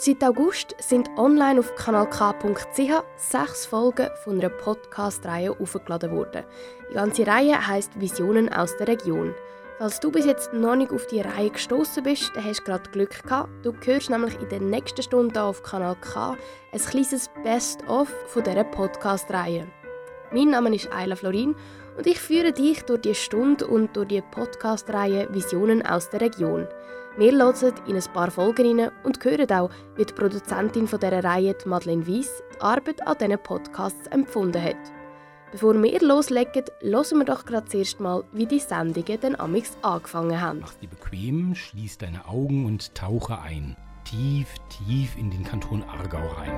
Seit August sind online auf kanalk.ch 6 Folgen von einer Podcast-Reihe hochgeladen worden. Die ganze Reihe heisst «Visionen aus der Region». Falls du bis jetzt noch nicht auf die Reihe gestossen bist, dann hast du gerade Glück gehabt. Du hörst nämlich in der nächsten Stunde hier auf Kanal K ein kleines Best-of von dieser Podcast-Reihe. Mein Name ist Ayla Florin und ich führe dich durch die Stunde und durch die Podcast-Reihe «Visionen aus der Region». Wir hören in ein paar Folgen rein und hören auch, wie die Produzentin dieser Reihe, Madeleine Weiss, die Arbeit an diesen Podcasts empfunden hat. Bevor wir loslegen, hören wir doch gerade zuerst mal, wie die Sendungen dann amix angefangen haben. Mach dir bequem, schließ deine Augen und tauche ein. Tief, tief in den Kanton Aargau rein.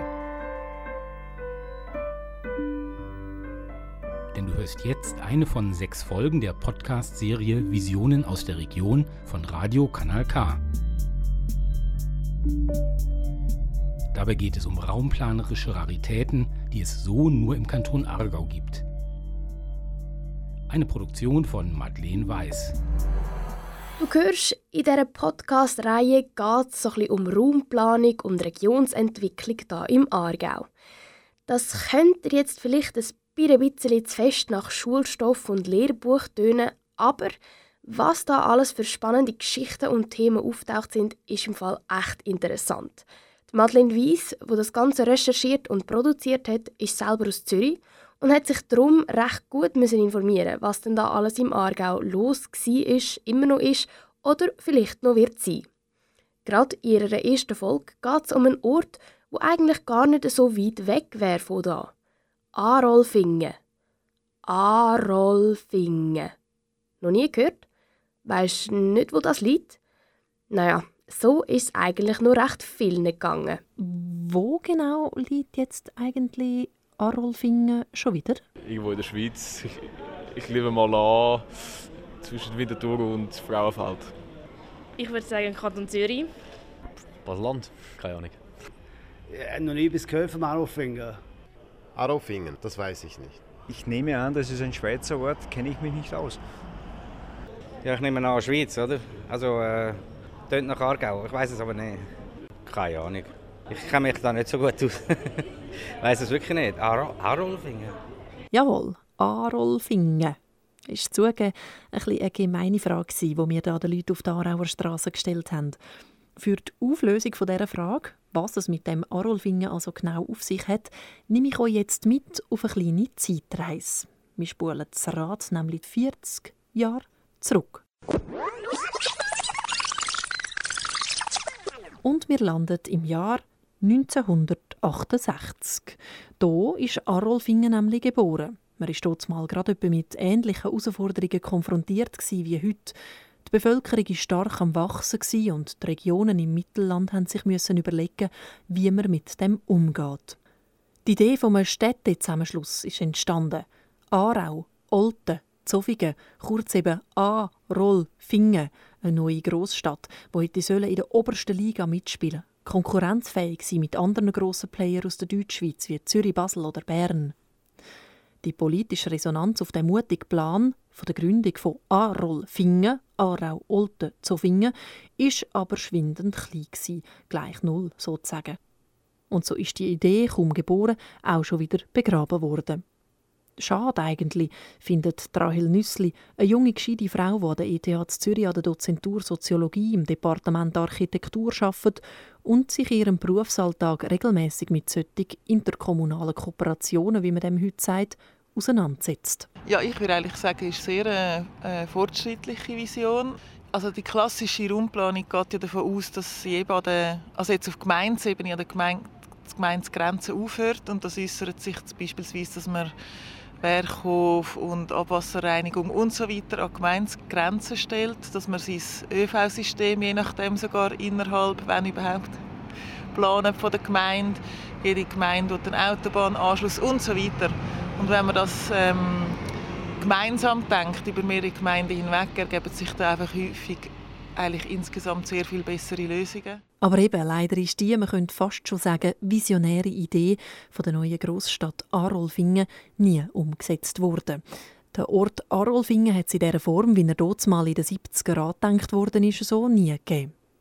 Denn du hörst jetzt eine von 6 Folgen der Podcast-Serie Visionen aus der Region von Radio Kanal K. Dabei geht es um raumplanerische Raritäten, die es so nur im Kanton Aargau gibt. Eine Produktion von Madeleine Weiss. Du hörst, in dieser Podcast-Reihe geht es so ein bisschen um Raumplanung und Regionsentwicklung hier im Aargau. Das könnte dir jetzt vielleicht ein bisschen zu fest nach Schulstoff und Lehrbuch tönen, aber was da alles für spannende Geschichten und Themen auftaucht sind, ist im Fall echt interessant. Die Madeleine Weiss, die das Ganze recherchiert und produziert hat, ist selber aus Zürich und hat sich darum recht gut informieren, was denn da alles im Aargau los war, immer noch ist oder vielleicht noch wird sein. Gerade in ihrer ersten Folge geht es um einen Ort, der eigentlich gar nicht so weit weg wäre von da. Arolfingen. Arolfingen. Noch nie gehört? Weisst du nicht, wo das liegt? Naja, so ist es eigentlich noch recht vielen gegangen. Wo genau liegt jetzt eigentlich Arolfingen schon wieder? Irgendwo in der Schweiz. Ich liebe mal an, zwischen Winterthur und Frauenfeld. Ich würde sagen Kanton Zürich. Basel-Land? Keine Ahnung. Ja, noch nie etwas gehört von Arolfingen. Arolfingen, das weiß ich nicht. Ich nehme an, das ist ein Schweizer Ort, kenne ich mich nicht aus. Ja, ich nehme an Schweiz, oder? Also, dort nach Aargau, ich weiß es aber nicht. Keine Ahnung. Ich kenne mich da nicht so gut aus. Ich weiss es wirklich nicht. Arolfingen? Jawohl, Arolfingen. Ist zugegeben eine gemeine Frage, die wir da den Leuten auf der Aarauer Straße gestellt haben. Für die Auflösung dieser Frage, was es mit dem Arolfingen also genau auf sich hat, nehme ich euch jetzt mit auf eine kleine Zeitreise. Wir spulen das Rad nämlich 40 Jahre zurück. Und wir landen im Jahr 1968. Hier ist Arolfingen nämlich geboren. Man war dort mal gerade mit ähnlichen Herausforderungen konfrontiert wie heute. Die Bevölkerung war stark am Wachsen und die Regionen im Mittelland mussten sich überlegen, wie man mit dem umgeht. Die Idee eines Städtezusammenschlusses ist entstanden. Aarau, Olten, Zofingen, kurz eben Arolfingen, eine neue Grossstadt, die in der obersten Liga mitspielen sollen. Konkurrenzfähig sein mit anderen grossen Playern aus der Deutschschweiz wie Zürich, Basel oder Bern. Die politische Resonanz auf den mutigen Plan von der Gründung von Arolfingen, Aarau, Olten, Zofingen, ist aber schwindend klein gewesen, gleich null sozusagen. Und so ist die Idee, kaum geboren, auch schon wieder begraben worden. Schade eigentlich, findet Rahel Nüssli, eine junge, gescheite Frau, die an der ETH Zürich an der Dozentur Soziologie im Departement Architektur arbeitet und sich in ihrem Berufsalltag regelmäßig mit solchen interkommunalen Kooperationen, wie man dem heute sagt, auseinandersetzt. Ja, ich würde eigentlich sagen, es ist eine sehr fortschrittliche Vision. Also die klassische Raumplanung geht ja davon aus, dass sie eben jetzt auf Gemeindeebene an der Gemeindegrenze aufhört. Und das äußert sich beispielsweise, dass man Berghof und Abwasserreinigung und so weiter an Gemeindegrenzen stellt, dass man sein ÖV-System je nachdem sogar innerhalb, wenn überhaupt, planen von der Gemeinde. Jede Gemeinde hat einen Autobahnanschluss und so weiter. Und wenn man das gemeinsam denkt, über mehrere Gemeinden hinweg, ergeben sich da einfach häufig eigentlich insgesamt sehr viel bessere Lösungen. Aber eben, leider ist die, man könnte fast schon sagen, visionäre Idee von der neuen Grossstadt Arolfingen nie umgesetzt worden. Der Ort Arolfingen hat es in dieser Form, wie er dort mal in den 70er angedenkt worden ist, so nie gegeben.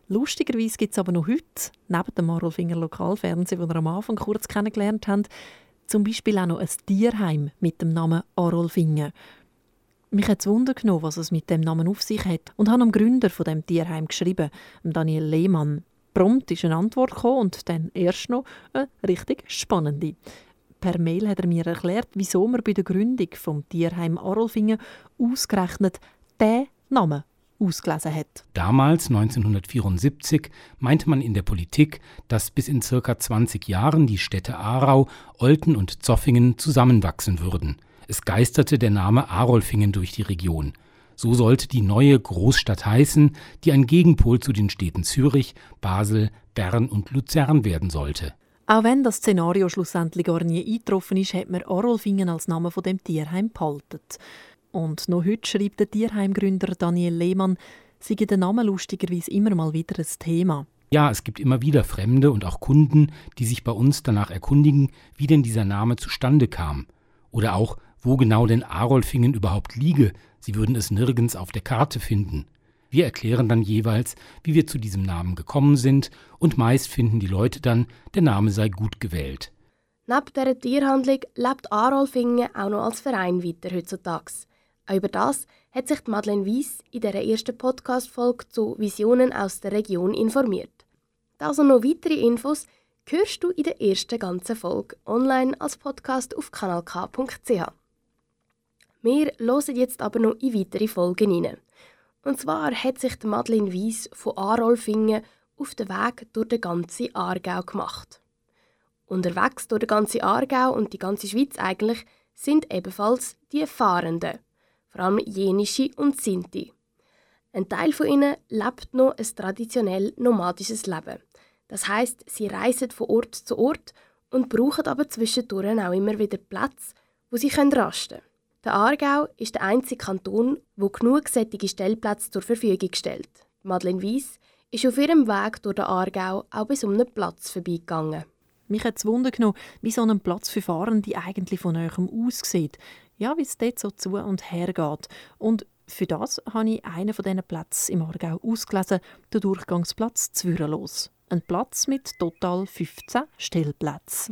Lustigerweise gibt es aber noch heute, neben dem Arolfinger Lokalfernsehen, das wir am Anfang kurz kennengelernt haben, zum Beispiel auch noch ein Tierheim mit dem Namen Arolfingen. Mich hat es Wunder genommen, was es mit dem Namen auf sich hat, und habe am Gründer von dem Tierheim geschrieben, Daniel Lehmann. Prompt ist eine Antwort gekommen und dann erst noch eine richtig spannende. Per Mail hat er mir erklärt, wieso man bei der Gründung vom Tierheim Arolfingen ausgerechnet diesen Namen ausgelesen hat. Damals, 1974, meinte man in der Politik, dass bis in ca. 20 Jahren die Städte Aarau, Olten und Zoffingen zusammenwachsen würden. Es geisterte der Name Arolfingen durch die Region. So sollte die neue Großstadt heißen, die ein Gegenpol zu den Städten Zürich, Basel, Bern und Luzern werden sollte. Auch wenn das Szenario schlussendlich gar nie eingetroffen ist, hat man Arolfingen als Namen von dem Tierheim behalten. Und noch heute schreibt der Tierheimgründer Daniel Lehmann, sei der Name lustigerweise immer mal wieder ein Thema. Ja, es gibt immer wieder Fremde und auch Kunden, die sich bei uns danach erkundigen, wie denn dieser Name zustande kam. Oder auch, wo genau denn Arolfingen überhaupt liege. Sie würden es nirgends auf der Karte finden. Wir erklären dann jeweils, wie wir zu diesem Namen gekommen sind, und meist finden die Leute dann, der Name sei gut gewählt. Neben dieser Tierhandlung lebt Arolfingen auch noch als Verein weiter heutzutage. Auch über das hat sich Madeleine Weiss in dieser ersten Podcast-Folge zu Visionen aus der Region informiert. Das und noch weitere Infos hörst du in der ersten ganzen Folge online als Podcast auf kanalk.ch. Wir hören jetzt aber noch in weitere Folgen hinein. Und zwar hat sich Madeleine Weiss von Arolfingen auf den Weg durch den ganzen Aargau gemacht. Unterwegs durch den ganzen Aargau und die ganze Schweiz eigentlich sind ebenfalls die Fahrenden, vor allem Jenische und Sinti. Ein Teil von ihnen lebt noch ein traditionell nomadisches Leben. Das heisst, sie reisen von Ort zu Ort und brauchen aber zwischendurch auch immer wieder Plätze, wo sie rasten können. Der Aargau ist der einzige Kanton, der genug sättige Stellplätze zur Verfügung stellt. Madeleine Weiss ist auf ihrem Weg durch den Aargau auch bei so einem Platz vorbeigegangen. Mich hat es Wunder genommen, wie so ein Platz für Fahrende eigentlich von Nähem aussieht. Ja, wie es dort so zu und her geht. Und für das habe ich einen von diesen Plätzen im Aargau ausgelesen, den Durchgangsplatz Zwürelos. Ein Platz mit total 15 Stellplätzen.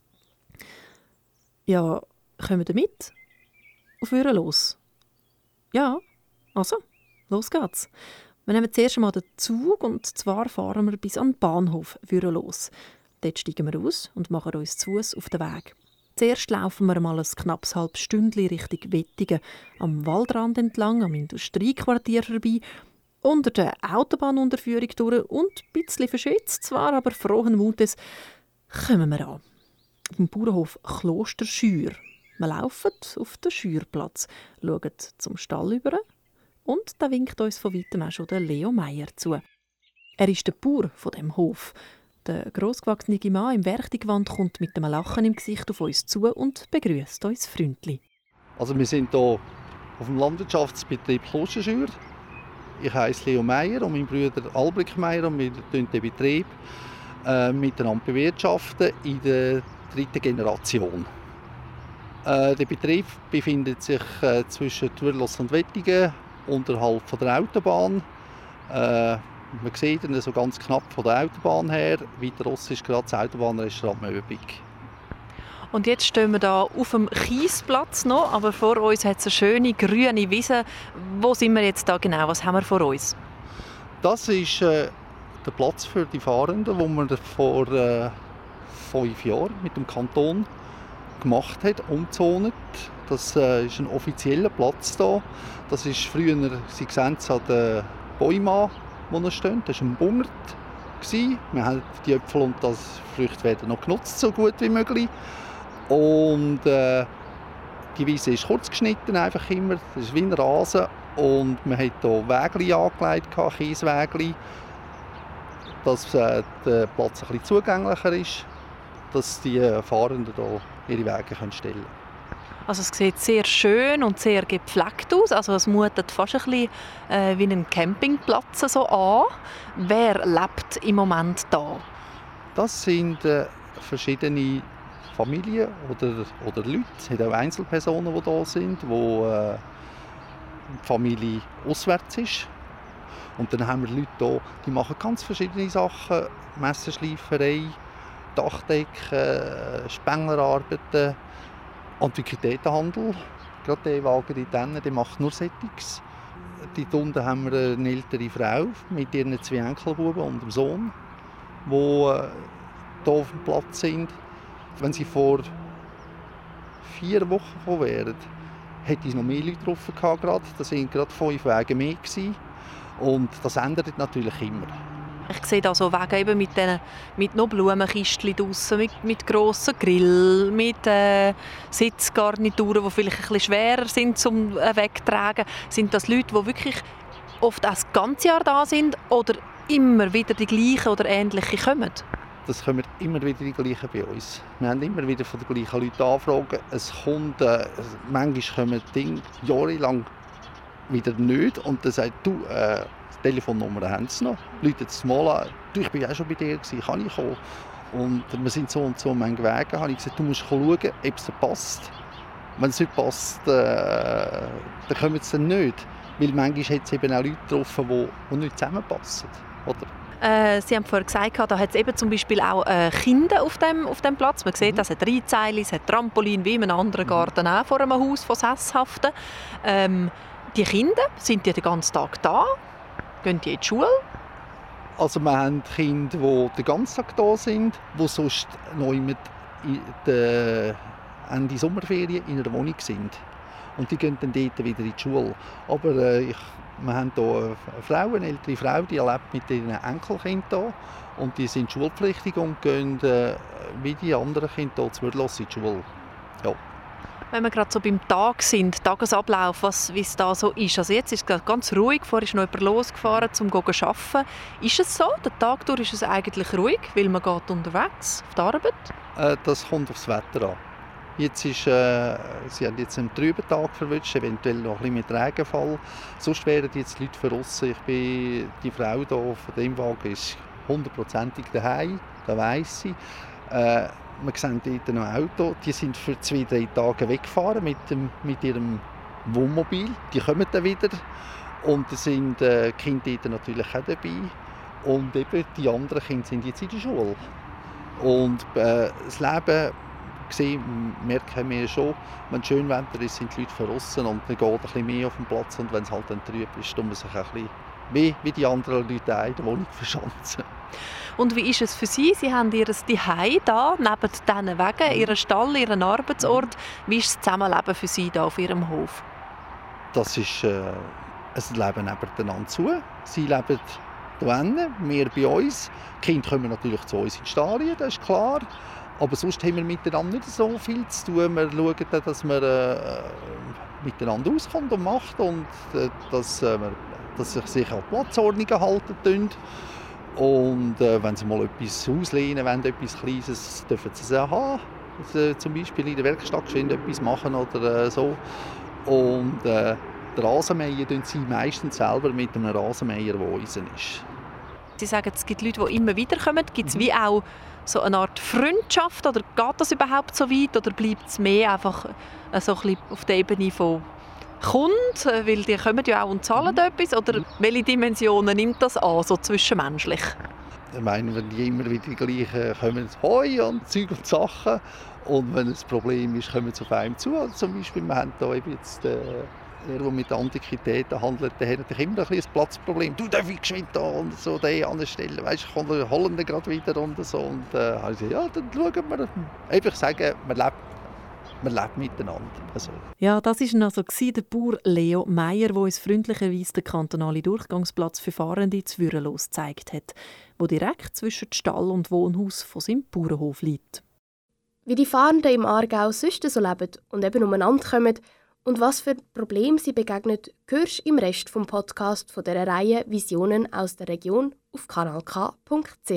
Ja, kommen wir mit? Auf Zwürelos? Ja, also, los geht's. Wir nehmen zuerst einmal den Zug, und zwar fahren wir bis an den Bahnhof Zwürelos. Dort steigen wir aus und machen uns zu Fuss auf den Weg. Zuerst laufen wir mal ein knappes halbes Stündchen Richtung Wettingen, am Waldrand entlang, am Industriequartier vorbei, unter der Autobahnunterführung durch und ein bisschen verschwitzt, zwar aber frohen Mutes, kommen wir an. Auf dem Bauernhof Klosterschür. Wir laufen auf den Schürplatz, schauen zum Stall über und da winkt uns von weitem auch schon der Leo Meier zu. Er ist der Bauer von dem Hof. Der grossgewachsene Mann im Werktigewand kommt mit einem Lachen im Gesicht auf uns zu und begrüßt uns freundlich. Also wir sind hier auf dem Landwirtschaftsbetrieb Klosterschür. Ich heiße Leo Meier und mein Bruder Albrecht Meier, und wir bewirtschaften den Betrieb miteinander bewirtschaften in der 3. Generation. Der Betrieb befindet sich zwischen Zwürelos und Wettingen, unterhalb von der Autobahn. Man sieht ihn so ganz knapp von der Autobahn her. Weiter osten ist gerade das Autobahnrestaurant Möbig. Und jetzt stehen wir hier auf dem Kiesplatz noch, aber vor uns hat es eine schöne grüne Wiese. Wo sind wir jetzt da genau? Was haben wir vor uns? Das ist der Platz für die Fahrenden, den man vor 5 Jahren mit dem Kanton gemacht hat, umgezont. Das ist ein offizieller Platz hier. Das ist früher, Sie sehen es an den Bäumen, wo er steht. Das war ein Bungert. Wir haben die Äpfel und das Früchte werden noch genutzt, so gut wie möglich. Und die Wiese ist kurz geschnitten, einfach immer. Das ist wie ein Rasen. Und man hat hier Wägli angelegt, Kieswägli, dass der Platz ein bisschen zugänglicher ist, dass die Fahrenden hier ihre Wege stellen können. Also es sieht sehr schön und sehr gepflegt aus. Also es mutet fast ein bisschen wie ein Campingplatz so an. Wer lebt im Moment da? Das sind verschiedene Familien oder Leute. Es sind auch Einzelpersonen, die da sind, wo die Familie auswärts ist. Und dann haben wir Leute hier, die machen ganz verschiedene Sachen. Messerschleiferei, Dachdecken, Spenglerarbeiten, Antiquitätenhandel. Gerade der Wagen der macht nur Settings. Dort unten haben wir eine ältere Frau mit ihren 2 Enkelbuben und einem Sohn, die hier auf dem Platz sind. Wenn sie vor 4 Wochen gekommen wären, hätte ich noch mehr Leute getroffen gerade. Das waren gerade 5 Wege mehr gewesen. Und das ändert natürlich immer. Ich sehe da so Wege eben mit noch Blumenkistchen draussen, mit grossen Grill, mit Sitzgarnituren, die vielleicht ein bisschen schwerer sind zum Wegtragen. Sind das Leute, die wirklich oft auch das ganze Jahr da sind oder immer wieder die gleichen oder ähnliche kommen? Das kommen immer wieder die gleichen bei uns. Wir haben immer wieder von den gleichen Leuten Anfragen. Es kommt, manchmal kommen Dinge jahrelang wieder nicht und dann sagt du, die Telefonnummer haben sie noch. Leute jetzt mal an, du, ich war auch schon bei dir, kann ich kommen? Und wir sind so und so manche Wege. Habe ich gesagt, du musst schauen, ob es dir passt. Wenn es nicht passt, dann kommen sie dann nicht. Weil manchmal hat es eben auch Leute getroffen, die nicht zusammenpassen. Oder? Sie haben vorhin gesagt, da hat es eben zum Beispiel auch Kinder auf dem Platz. Man sieht, es hat Reitzeile, es hat Trampolin, wie in einem anderen Garten auch vor einem Haus von Sesshaften. Die Kinder, sind die den ganzen Tag da? Gehen die in die Schule? Also wir haben Kinder, die den ganzen Tag da sind, die sonst noch Ende Sommerferien in einer Wohnung sind. Und die gehen dann dort wieder in die Schule. Aber wir haben hier eine ältere Frau, die lebt mit ihren Enkelkindern hier. Und die sind schulpflichtig und gehen wie die anderen Kinder hier zu Würlos in die Schule. Ja. Wenn wir gerade so beim Tag sind, Tagesablauf, wie es da so ist. Also jetzt ist es ganz ruhig, vorher ist noch jemand losgefahren, um zu arbeiten. Ist es so? Den Tag durch ist es eigentlich ruhig, weil man geht unterwegs auf die Arbeit? Das kommt aufs Wetter an. Jetzt ist, sie haben jetzt einen trüben Tag verwünscht, eventuell noch ein bisschen mit Regenfall. Sonst wären jetzt Leute draussen. Die Frau hier von dem Wagen ist 100%ig daheim, das weiss sie. Wir sehen dort noch Autos, die sind für 2-3 Tage weggefahren mit ihrem Wohnmobil. Die kommen dann wieder und da sind die Kinder dort natürlich auch dabei. Und eben die anderen Kinder sind jetzt in der Schule. Und das Leben merken wir schon, wenn es schön Wetter ist, sind die Leute draussen und man geht ein bisschen mehr auf den Platz. Und wenn es halt dann trüb ist, tun wir sich ein bisschen mehr wie die anderen Leute in der Wohnung verschanzen. Und wie ist es für Sie? Sie haben Ihr Zuhause da, neben diesen Wegen, Ihren Stall, Ihren Arbeitsort. Wie ist das Zusammenleben für Sie da auf Ihrem Hof? Das ist ein Leben nebeneinander zu. Sie leben hier hinten, wir bei uns. Die Kinder kommen natürlich zu uns in die Stallien, das ist klar. Aber sonst haben wir miteinander nicht so viel zu tun. Wir schauen dann, dass man miteinander auskommt und macht und dass sich an die Platzordnungen halten. Und wenn sie mal etwas auslehnen wollen, etwas Kleines, dürfen sie es auch haben. Also, zum Beispiel in der Werkstatt etwas machen oder so. Und den Rasenmäher tun sie meistens selber mit einem Rasenmäher, der eisen ist. Sie sagen, es gibt Leute, die immer wieder kommen. Gibt es wie auch so eine Art Freundschaft? Oder geht das überhaupt so weit? Oder bleibt es mehr einfach so ein bisschen auf der Ebene von Kunden? Weil die kommen ja auch und zahlen etwas. Oder welche Dimensionen nimmt das an, so zwischenmenschlich? Ich meine, wenn die immer wieder die gleichen kommen, Hoi und Zeug und Sachen. Und wenn es ein Problem ist, kommen sie auf einem zu. Also zum Beispiel, wir haben hier eben jetzt der mit Antiquitäten handelt, der hat natürlich immer ein Platzproblem. Du darfst ich geschwind da und so den anstellen. Weißt du, kommt der Holländer gerade wieder und so. Und habe ich gesagt, ja, dann schauen wir. Einfach sagen, man lebt miteinander. Also. Ja, das war also der Bauer Leo Meyer, der uns freundlicherweise den kantonalen Durchgangsplatz für Fahrende zu Würenlos gezeigt hat, der direkt zwischen Stall und Wohnhaus von seinem Bauernhof liegt. Wie die Fahrenden im Aargau sonst so leben und eben umeinander kommen, und was für Probleme sie begegnen, hörst du im Rest des Podcasts von dieser Reihe Visionen aus der Region auf kanalk.ch.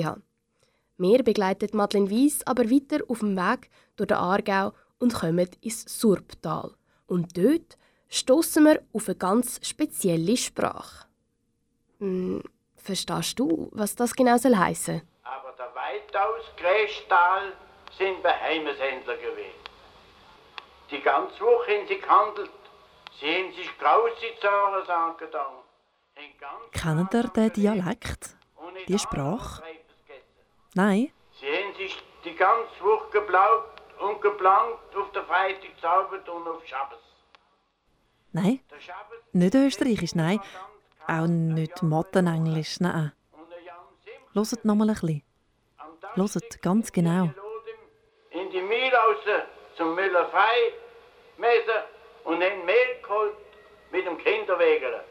Wir begleiten Madeleine Weiss aber weiter auf dem Weg durch den Aargau und kommen ins Surbtal. Und dort stossen wir auf eine ganz spezielle Sprache. Verstehst du, was das genau heissen soll? Aber der weitaus größte Teil sind Beheimeshändler gewesen. Die ganze Woche haben sie gehandelt. Sie haben sich grausig Zahlen angetan. Kennt ihr den Dialekt? Die Sprache? Nein? Sie haben sich die ganze Woche geblaubt und geplant auf der Freitag, Sabbat und auf Schabbos. Nein? Nicht Österreichisch, nein. Auch nicht Mattenenglisch, nein. Hört noch mal ein bisschen. Hört ganz genau. In die Mühle raus zum Müller frei messen und dann Mehl geholt mit dem Kinderwägele.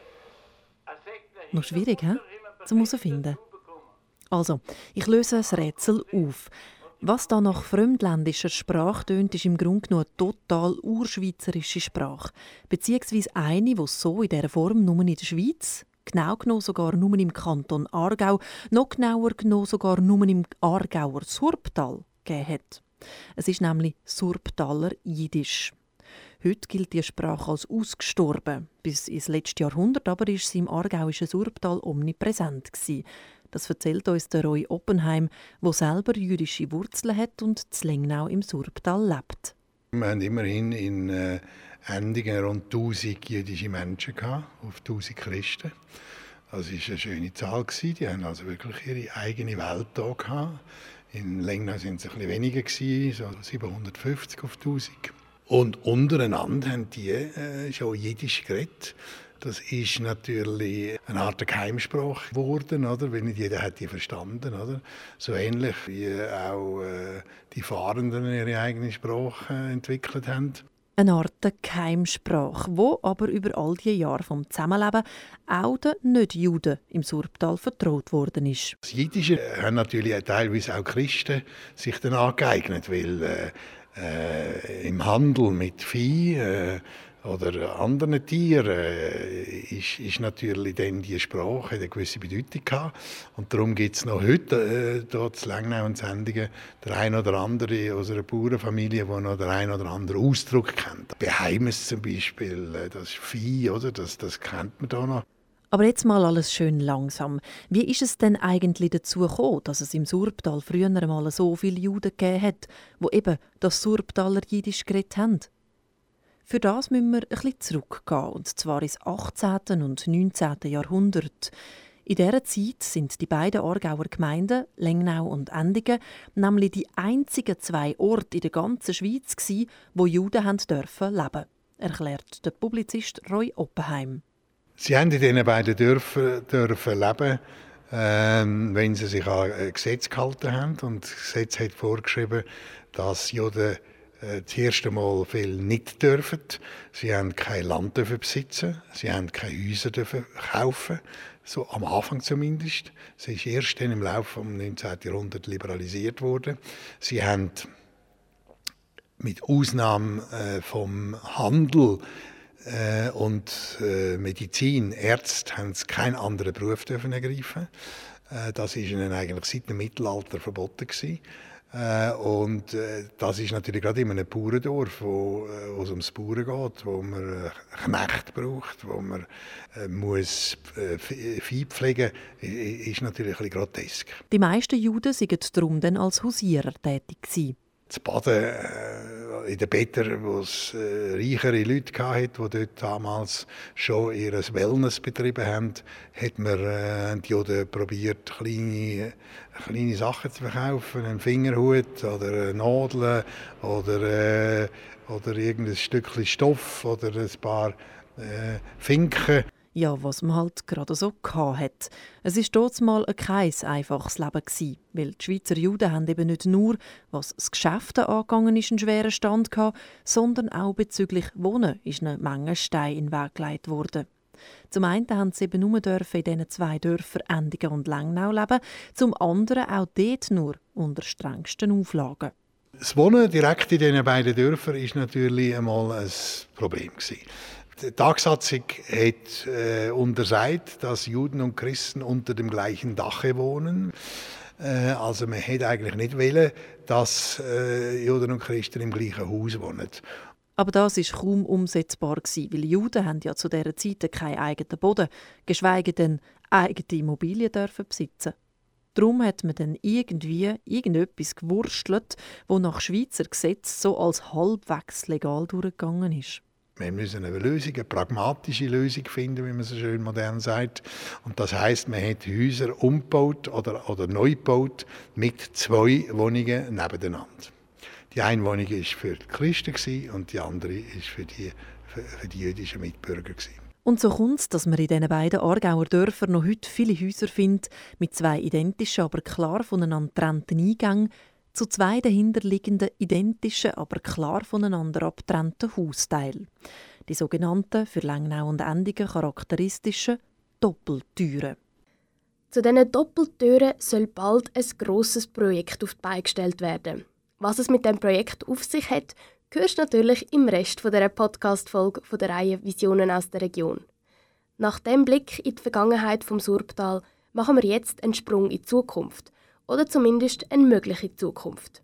Noch schwierig, hä? Zum herausfinden. Also, ich löse das Rätsel auf. Was da nach fremdländischer Sprache tönt, ist im Grunde genommen eine total urschweizerische Sprache. Beziehungsweise eine, die es so in dieser Form nur in der Schweiz, genau genommen sogar nur im Kanton Aargau, noch genauer genommen sogar nur im Aargauer Surptal gegeben hat. Es ist nämlich Surptaler Jiddisch. Heute gilt die Sprache als ausgestorben. Bis ins letzte Jahrhundert aber war sie im aargauischen Surptal omnipräsent. Das erzählt uns der Roy Oppenheim, der selber jüdische Wurzeln hat und in Lengnau im Surptal lebt. Wir hatten immerhin in Endingen rund 1000 jüdische Menschen auf 1000 Christen. Das war eine schöne Zahl. Die haben also wirklich ihre eigene Welt hier gehabt. In Lengnau waren es ein bisschen weniger, so 750 auf 1000. Und untereinander haben die schon Jiddisch geredet. Das ist natürlich eine Art Geheimsprache geworden, oder? Weil nicht jeder hat die verstanden, oder? So ähnlich wie auch die Fahrenden ihre eigene Sprache entwickelt haben. Eine Art Geheimsprache, die aber über all die Jahre vom Zusammenleben auch den Nicht-Juden im Surptal vertraut worden ist. Das Jiddische haben natürlich teilweise auch Christen sich dann angeeignet, weil im Handel mit Vieh oder anderen Tieren ist natürlich dann die Sprache eine gewisse Bedeutung gehabt. Und darum gibt es noch heute dort in Lengnau und Endingen der ein oder andere aus einer Bauernfamilie, der noch den ein oder anderen Ausdruck kennt. Beheimes zum Beispiel, das Vieh, oder? Das kennt man da noch. Aber jetzt mal alles schön langsam. Wie ist es denn eigentlich dazu gekommen, dass es im Surptal früher einmal so viele Juden gegeben hat, die eben das Surptaler Jiddisch geredet haben? Für das müssen wir ein bisschen zurückgehen, und zwar ins 18. und 19. Jahrhundert. In dieser Zeit sind die beiden Aargauer Gemeinden, Lengnau und Endingen, nämlich die einzigen 2 Orte in der ganzen Schweiz gsi, wo Juden leben dürfen, erklärt der Publizist Roy Oppenheim. Sie haben in diesen beiden dürfen leben, wenn sie sich an Gesetz gehalten haben. Und das Gesetz hat vorgeschrieben, dass Juden das erste Mal viel nicht dürfen. Sie haben kein Land besitzen, sie haben keine Häuser kaufen, so am Anfang zumindest. Es ist erst dann im Laufe des 19. Jahrhunderts liberalisiert worden. Sie haben mit Ausnahme vom Handel und Medizin, Ärzte, haben sie keinen anderen Beruf dürfen ergreifen. Das war ihnen eigentlich seit dem Mittelalter verboten gewesen. Und das ist natürlich gerade in einem Bauerndorf, wo es ums Bauern geht, wo man einen Knecht braucht, wo man muss Vieh pflegen muss, ist natürlich ein bisschen grotesk. Die meisten Juden waren darum dann als Hausierer tätig gewesen. Das Baden in den Bädern, wo es reichere Leute hatten, die dort damals schon ihr Wellness betrieben haben, hat man die Juden probiert, kleine Sachen zu verkaufen, einen Fingerhut oder eine Nadel oder irgendein Stückchen Stoff oder ein paar Finken. Ja, was man halt gerade so hatte. Es war dort mal kein einfaches Leben, weil die Schweizer Juden haben eben nicht nur, was das Geschäft angegangen ist, einen schweren Stand gehabt, sondern auch bezüglich Wohnen ist eine Menge Steine in den Weg gelegt worden. Zum einen haben sie eben nur in diesen 2 Dörfern Endingen und Lengnau leben, zum anderen auch dort nur unter strengsten Auflagen. Das Wohnen direkt in diesen beiden Dörfern war natürlich einmal ein Problem. Die Tagsatzung hat untersagt, dass Juden und Christen unter dem gleichen Dache wohnen. Also man hätte eigentlich nicht wollen, dass Juden und Christen im gleichen Haus wohnen. Aber das war kaum umsetzbar, weil Juden haben ja zu dieser Zeit keinen eigenen Boden, geschweige denn eigene Immobilien dürfen besitzen. Darum hat man dann irgendetwas gewurstelt, das nach Schweizer Gesetz so als halbwegs legal durchgegangen ist. Wir müssen eine Lösung, eine pragmatische Lösung finden, wie man so schön modern sagt. Und das heisst, man hat Häuser umgebaut oder neu gebaut mit 2 Wohnungen nebeneinander. Die eine Wohnung war für die Christen und die andere war für die jüdischen Mitbürger. Und so kommt es, dass man in diesen beiden Aargauer Dörfern noch heute viele Häuser findet, mit 2 identischen, aber klar voneinander getrennten Eingängen, zu 2 dahinterliegenden identischen, aber klar voneinander abgetrennten Hausteilen. Die sogenannten, für Lengnau und Endigen charakteristischen Doppeltüren. Zu diesen Doppeltüren soll bald ein grosses Projekt auf die Beine gestellt werden. Was es mit dem Projekt auf sich hat, hörst du natürlich im Rest dieser Podcast-Folge der Reihe «Visionen aus der Region». Nach dem Blick in die Vergangenheit vom Surbtal machen wir jetzt einen Sprung in die Zukunft. Oder zumindest eine mögliche Zukunft.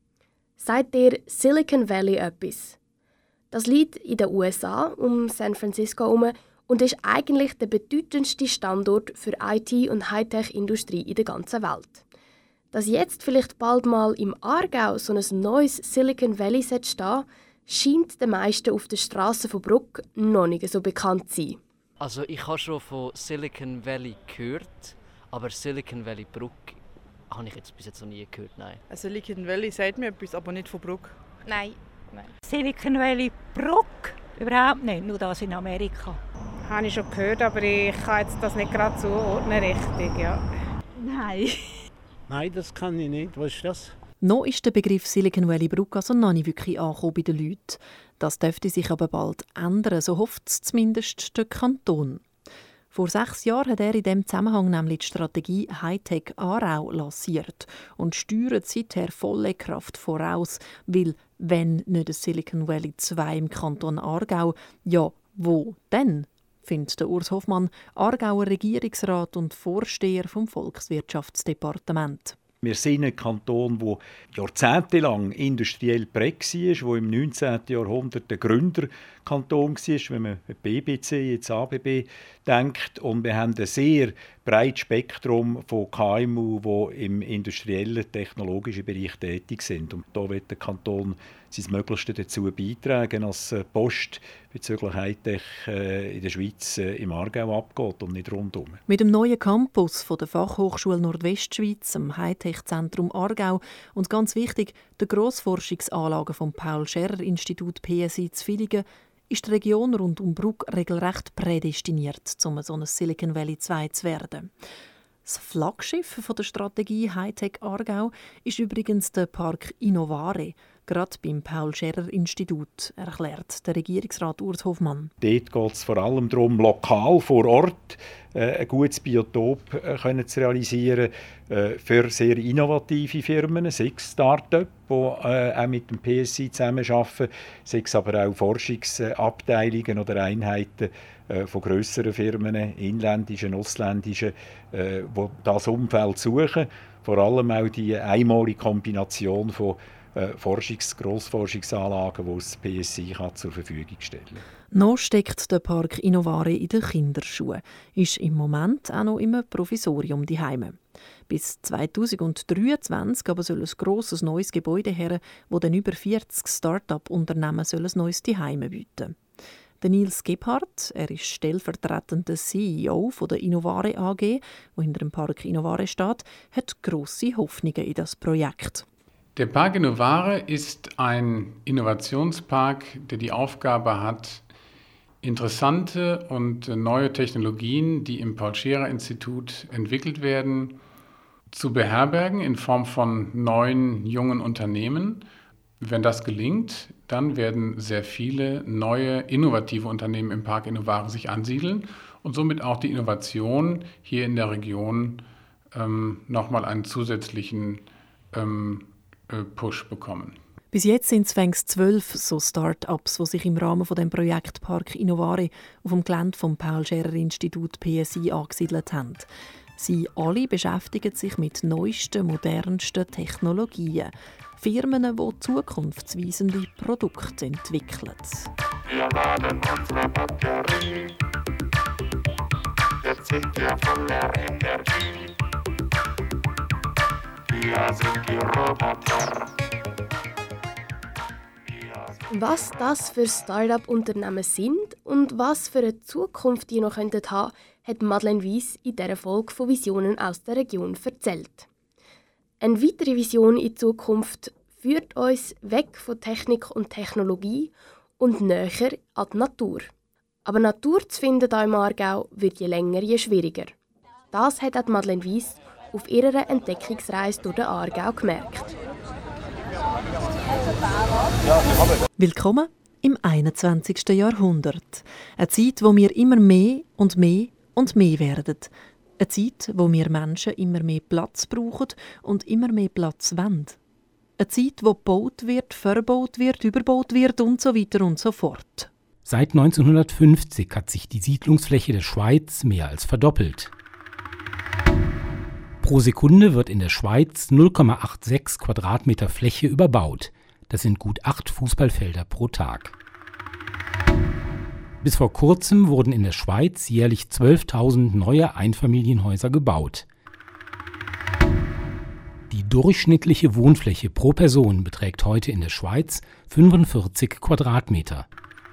Sagt dir Silicon Valley etwas? Das liegt in den USA um San Francisco herum und ist eigentlich der bedeutendste Standort für IT- und Hightech-Industrie in der ganzen Welt. Dass jetzt vielleicht bald mal im Aargau so ein neues Silicon Valley stehen, scheint den meisten auf der Straße von Bruck noch nicht so bekannt zu sein. Also ich habe schon von Silicon Valley gehört, aber Silicon Valley Bruck habe ich bis jetzt noch nie gehört, nein. Silicon Valley sagt mir etwas, aber nicht von Bruck. Nein. Silicon Valley Bruck? Überhaupt nicht, nur das in Amerika. Habe ich schon gehört, aber ich kann jetzt das nicht gerade zuordnen richtig, ja. Nein. Nein, das kann ich nicht. Was ist das? Noch ist der Begriff Silicon Valley Bruck also noch nicht wirklich angekommen bei den Leuten. Das dürfte sich aber bald ändern, so hofft es zumindest der Kanton. Vor 6 Jahren hat er in diesem Zusammenhang nämlich die Strategie Hightech Aarau lanciert und steuert seither volle Kraft voraus, weil, wenn nicht das Silicon Valley 2 im Kanton Aargau, ja, wo denn? Findet der Urs Hoffmann, Aargauer Regierungsrat und Vorsteher vom Volkswirtschaftsdepartement. Wir sind ein Kanton, der jahrzehntelang industriell geprägt war, der im 19. Jahrhundert der Gründerkanton war, wenn man an BBC, jetzt ABB, denkt. Und wir haben ein sehr breites Spektrum von KMU, die im industriellen, technologischen Bereich tätig sind. Und da wird der Kanton sein Möglichstes dazu beitragen, dass Post bezüglich Hightech in der Schweiz im Aargau abgeht und nicht rundum. Mit dem neuen Campus von der Fachhochschule Nordwestschweiz, dem Hightech-Zentrum Aargau und ganz wichtig, der Grossforschungsanlage vom Paul-Scherrer-Institut PSI zu Villingen, ist die Region rund um Bruck regelrecht prädestiniert, um so ein Silicon Valley 2 zu werden. Das Flaggschiff der Strategie Hightech Aargau ist übrigens der Park Innovare, gerade beim Paul-Scherrer-Institut, erklärt der Regierungsrat Urs Hoffmann. Dort geht es vor allem darum, lokal vor Ort ein gutes Biotop zu realisieren für sehr innovative Firmen, sei es Start-up, die auch mit dem PSI zusammenarbeiten, sei es aber auch Forschungsabteilungen oder Einheiten von grösseren Firmen, inländischen, ausländischen, die das Umfeld suchen. Vor allem auch die einmalige Kombination von Grossforschungsanlagen, die das PSI zur Verfügung stellen kann. Noch steckt der Park Innovare in den Kinderschuhen, ist im Moment auch noch im Provisorium daheim. Bis 2023 aber soll ein grosses neues Gebäude her, wo dann über 40 Start-up-Unternehmen ein neues Zuhause bieten. Der Nils Gebhardt, er ist stellvertretender CEO von der Innovare AG, wo hinter dem Park Innovare steht, hat grosse Hoffnungen in das Projekt. Der Park Innovare ist ein Innovationspark, der die Aufgabe hat, interessante und neue Technologien, die im Paul-Scherrer-Institut entwickelt werden, zu beherbergen in Form von neuen, jungen Unternehmen. Wenn das gelingt, dann werden sehr viele neue, innovative Unternehmen im Park Innovare sich ansiedeln und somit auch die Innovation hier in der Region nochmal einen zusätzlichen Push bekommen. Bis jetzt sind es fängst 12 so Start-ups, die sich im Rahmen von dem Projekt Park Innovare auf dem Gelände vom Paul-Scherrer-Institut PSI angesiedelt haben. Sie alle beschäftigen sich mit neuesten, modernsten Technologien. Firmen, die zukunftsweisende Produkte entwickeln. Wir laden unsere Batterie. Jetzt sind wir voller Energie. Wir sind die Roboter. Wir sind Was das für Start-up-Unternehmen sind und was für eine Zukunft die noch haben könnten, hat Madeleine Weiss in dieser Folge von Visionen aus der Region erzählt. Eine weitere Vision in Zukunft führt uns weg von Technik und Technologie und näher an die Natur. Aber Natur zu finden hier im Aargau wird je länger, je schwieriger. Das hat auch Madeleine Weiss auf ihrer Entdeckungsreise durch den Aargau gemerkt. Willkommen im 21. Jahrhundert. Eine Zeit, wo wir immer mehr und mehr und mehr werden. Eine Zeit, wo wir Menschen immer mehr Platz brauchen und immer mehr Platz wollen. Eine Zeit, wo gebaut wird, verbaut wird, überbaut wird und so weiter und so fort. Seit 1950 hat sich die Siedlungsfläche der Schweiz mehr als verdoppelt. Pro Sekunde wird in der Schweiz 0,86 Quadratmeter Fläche überbaut. Das sind gut 8 Fußballfelder pro Tag. Bis vor kurzem wurden in der Schweiz jährlich 12.000 neue Einfamilienhäuser gebaut. Die durchschnittliche Wohnfläche pro Person beträgt heute in der Schweiz 45 Quadratmeter.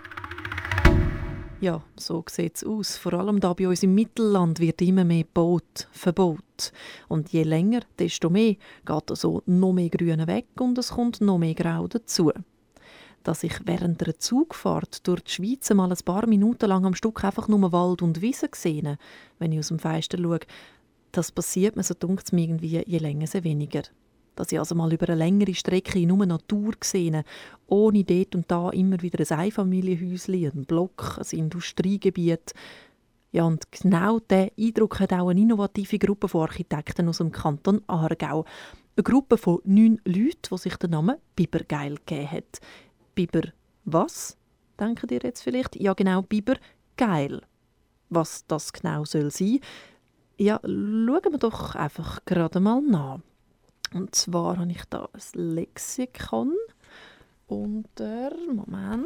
Ja, so sieht es aus. Vor allem da bei uns im Mittelland wird immer mehr gebaut, verbaut. Und je länger, desto mehr geht also noch mehr Grün weg und es kommt noch mehr Grau dazu. Dass ich während einer Zugfahrt durch die Schweiz mal ein paar Minuten lang am Stück einfach nur Wald und Wiese sehe, wenn ich aus dem Fenster schaue, das passiert mir, so dunkt es mir irgendwie, je länger, je weniger. Dass ich also mal über eine längere Strecke nur Natur sehe, ohne dort und da immer wieder ein Einfamilienhäuschen, einen Block, ein Industriegebiet. Ja, und genau diesen Eindruck hat auch eine innovative Gruppe von Architekten aus dem Kanton Aargau. Eine Gruppe von 9 Leuten, die sich den Namen Bibergeil gegeben hat. Biber was? Denkt ihr jetzt vielleicht? Ja genau, Bibergeil. Was das genau soll sein? Ja, schauen wir doch einfach gerade mal nach. Und zwar habe ich da ein Lexikon unter, Moment.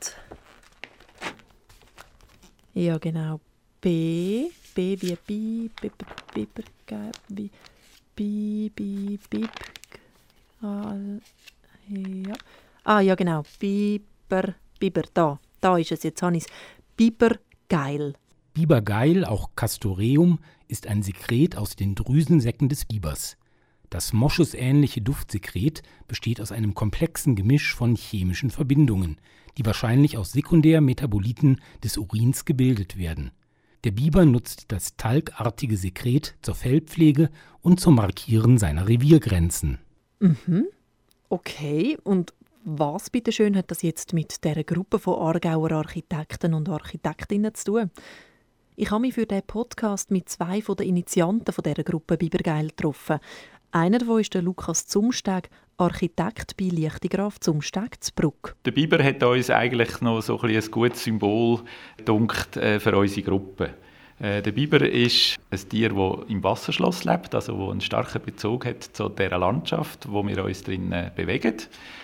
Ja genau, B wie Bibergeil, ja genau, Biber, da ist es, jetzt habe ich es, Bibergeil. Bibergeil, auch Castoreum, ist ein Sekret aus den Drüsensäcken des Bibers. Das moschusähnliche Duftsekret besteht aus einem komplexen Gemisch von chemischen Verbindungen, die wahrscheinlich aus Sekundärmetaboliten des Urins gebildet werden. Der Biber nutzt das talgartige Sekret zur Fellpflege und zum Markieren seiner Reviergrenzen. Okay, und was bitteschön hat das jetzt mit dieser Gruppe von Aargauer Architekten und Architektinnen zu tun? Ich habe mich für diesen Podcast mit 2 der Initianten dieser Gruppe Bibergeil getroffen. Einer davon ist der Lukas Zumsteg, Architekt bei Lichtigraf Zumsteg zu Bruck. Der Biber hat uns eigentlich noch so ein gutes Symbol gedunkt für unsere Gruppe. Der Biber ist ein Tier, das im Wasserschloss lebt, also das einen starken Bezug hat zu dieser Landschaft, wo wir uns drin bewegen.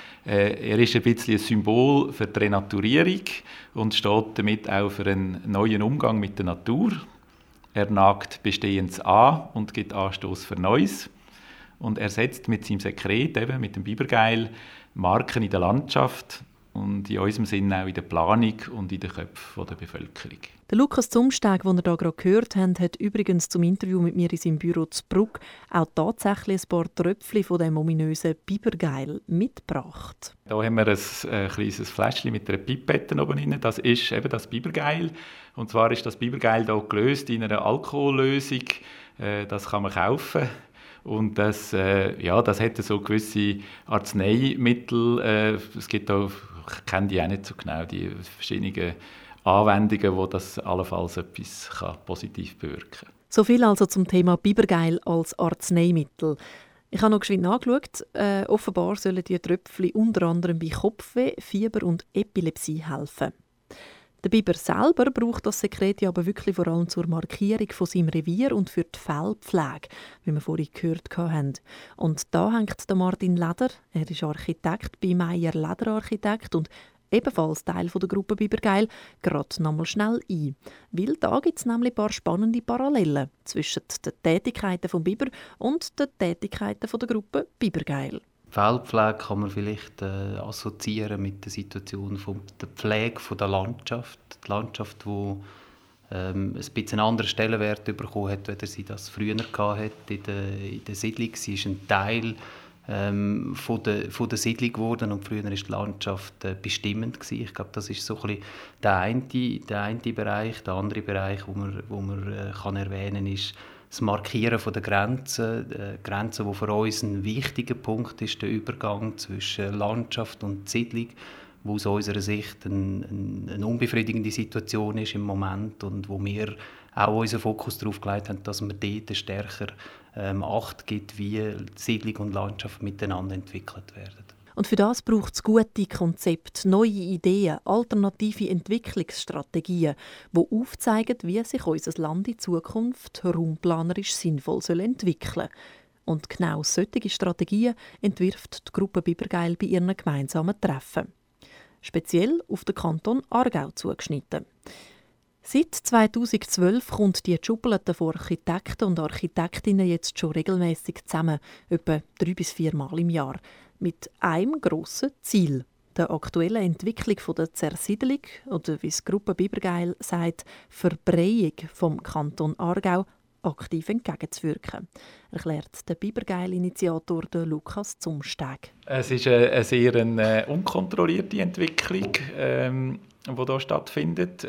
Er ist ein bisschen ein Symbol für die Renaturierung und steht damit auch für einen neuen Umgang mit der Natur. Er nagt Bestehendes an und gibt Anstoß für Neues. Und er setzt mit seinem Sekret, eben mit dem Bibergeil, Marken in der Landschaft und in unserem Sinn auch in der Planung und in den Köpfen der Bevölkerung. Der Lukas Zumsteg, den ihr hier gerade gehört habt, hat übrigens zum Interview mit mir in seinem Büro zu Bruck auch tatsächlich ein paar Tröpfchen von dem ominösen Bibergeil mitgebracht. Hier haben wir ein kleines Fläschchen mit einer Pipette oben drin. Das ist eben das Bibergeil. Und zwar ist das Bibergeil hier gelöst in einer Alkohollösung. Das kann man kaufen. Und das hat so gewisse Arzneimittel. Es gibt auch, ich kenne die auch nicht so genau, die verschiedenen Anwendungen, wo das allenfalls etwas positiv bewirken kann. So viel also zum Thema Bibergeil als Arzneimittel. Ich habe noch geschwind nachgeschaut. Offenbar sollen die Tröpfchen unter anderem bei Kopfweh, Fieber und Epilepsie helfen. Der Biber selber braucht das Sekret ja aber wirklich vor allem zur Markierung von seinem Revier und für die Fellpflege, wie wir vorhin gehört haben. Und da hängt der Martin Leder, er ist Architekt bei Meyer Leder Architekt und ebenfalls Teil der Gruppe Bibergeil, gerade noch mal schnell ein. Weil da gibt es nämlich ein paar spannende Parallelen zwischen den Tätigkeiten von Biber und den Tätigkeiten der Gruppe Bibergeil. Feldpflege kann man vielleicht assoziieren mit der Situation der Pflege der Landschaft. Die Landschaft, die ein bisschen einen anderen Stellenwert bekommen hat, als sie das früher hatte in der Siedlung. Sie ist ein Teil von der Siedlung geworden und früher war die Landschaft bestimmend gewesen. Ich glaube, das ist so ein bisschen der eine Bereich. Der andere Bereich, wo man kann erwähnen kann, ist das Markieren der Grenzen. Grenzen, die für uns ein wichtiger Punkt ist, der Übergang zwischen Landschaft und Siedlung, wo aus unserer Sicht eine unbefriedigende Situation ist im Moment und wo wir auch unseren Fokus darauf gelegt haben, dass man dort stärker Acht gibt, wie Siedlung und Landschaft miteinander entwickelt werden. Und für das braucht es gute Konzepte, neue Ideen, alternative Entwicklungsstrategien, die aufzeigen, wie sich unser Land in Zukunft raumplanerisch sinnvoll entwickeln soll. Und genau solche Strategien entwirft die Gruppe Bibergeil bei ihren gemeinsamen Treffen. Speziell auf den Kanton Aargau zugeschnitten. Seit 2012 kommt die Schublade von Architekten und Architektinnen jetzt schon regelmäßig zusammen, etwa 3 bis 4 Mal im Jahr, mit einem grossen Ziel: der aktuellen Entwicklung der Zersiedelung oder, wie es die Gruppe Bibergeil sagt, Verbreiung vom Kanton Aargau aktiv entgegenzuwirken, erklärt der Bibergeil-Initiator Lukas Zumsteg. Es ist eine sehr unkontrollierte Entwicklung, die hier stattfindet.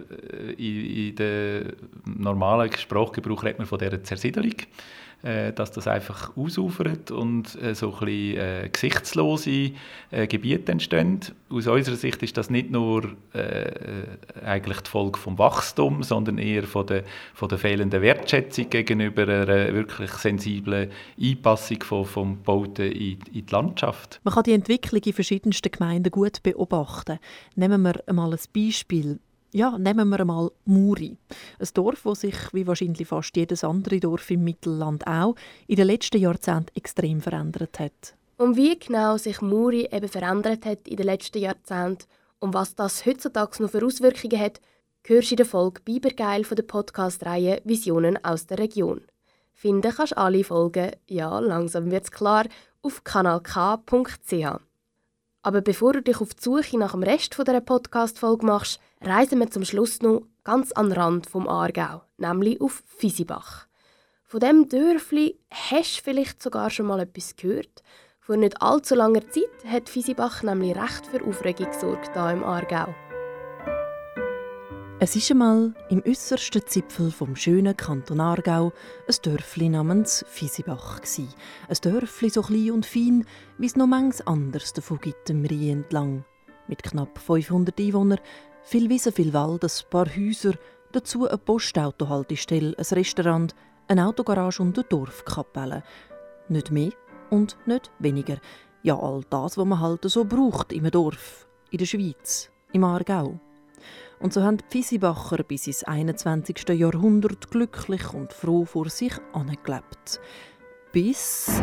In der normalen Sprachgebrauch redet man von dieser Zersiedelung, dass das einfach ausufert und so ein bisschen gesichtslose Gebiete entstehen. Aus unserer Sicht ist das nicht nur eigentlich die Folge vom Wachstum, sondern eher von der fehlenden Wertschätzung gegenüber einer wirklich sensiblen Einpassung vom Bauten in die Landschaft. Man kann die Entwicklung in verschiedensten Gemeinden gut beobachten. Nehmen wir einmal ein Beispiel. Ja, nehmen wir einmal Muri. Ein Dorf, das sich, wie wahrscheinlich fast jedes andere Dorf im Mittelland auch, in den letzten Jahrzehnten extrem verändert hat. Und wie genau sich Muri eben verändert hat in den letzten Jahrzehnten und was das heutzutage noch für Auswirkungen hat, hörst du in der Folge Bibergeil von der Podcast-Reihe «Visionen aus der Region». Finden kannst du alle Folgen, ja, langsam wird's klar, auf kanalk.ch. Aber bevor du dich auf die Suche nach dem Rest dieser Podcast-Folge machst, reisen wir zum Schluss noch ganz an den Rand vom Aargau, nämlich auf Visibach. Von diesem Dörfli hast du vielleicht sogar schon mal etwas gehört. Vor nicht allzu langer Zeit hat Visibach nämlich recht für Aufregung gesorgt hier im Aargau. Es war einmal im äussersten Zipfel vom schönen Kanton Aargau ein Dörfli namens Visibach. Ein Dörfli so klein und fein, wie es noch manches anderes davon gibt im Rhein entlang. Mit knapp 500 Einwohnern, viel Wiese, viel Wald, ein paar Häuser, dazu eine Postautohaltestelle, ein Restaurant, eine Autogarage und eine Dorfkapelle. Nicht mehr und nicht weniger. Ja, all das, was man halt so braucht im Dorf, in der Schweiz, im Aargau. Und so haben die Visibacher bis ins 21. Jahrhundert glücklich und froh vor sich angelebt. Bis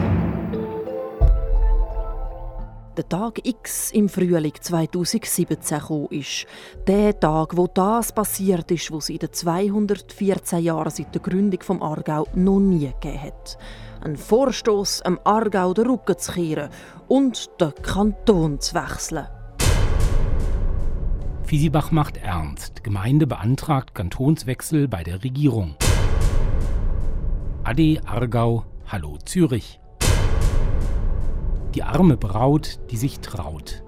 der Tag X im Frühling 2017 gekommen ist. Der Tag, wo das passiert ist, was es in den 214 Jahren seit der Gründung des Aargau noch nie gegeben hat. Ein Vorstoß, am Aargau den Rücken zu kehren und den Kanton zu wechseln. Visibach macht ernst. Die Gemeinde beantragt Kantonswechsel bei der Regierung. Ade Aargau, hallo Zürich. Die arme Braut, die sich traut.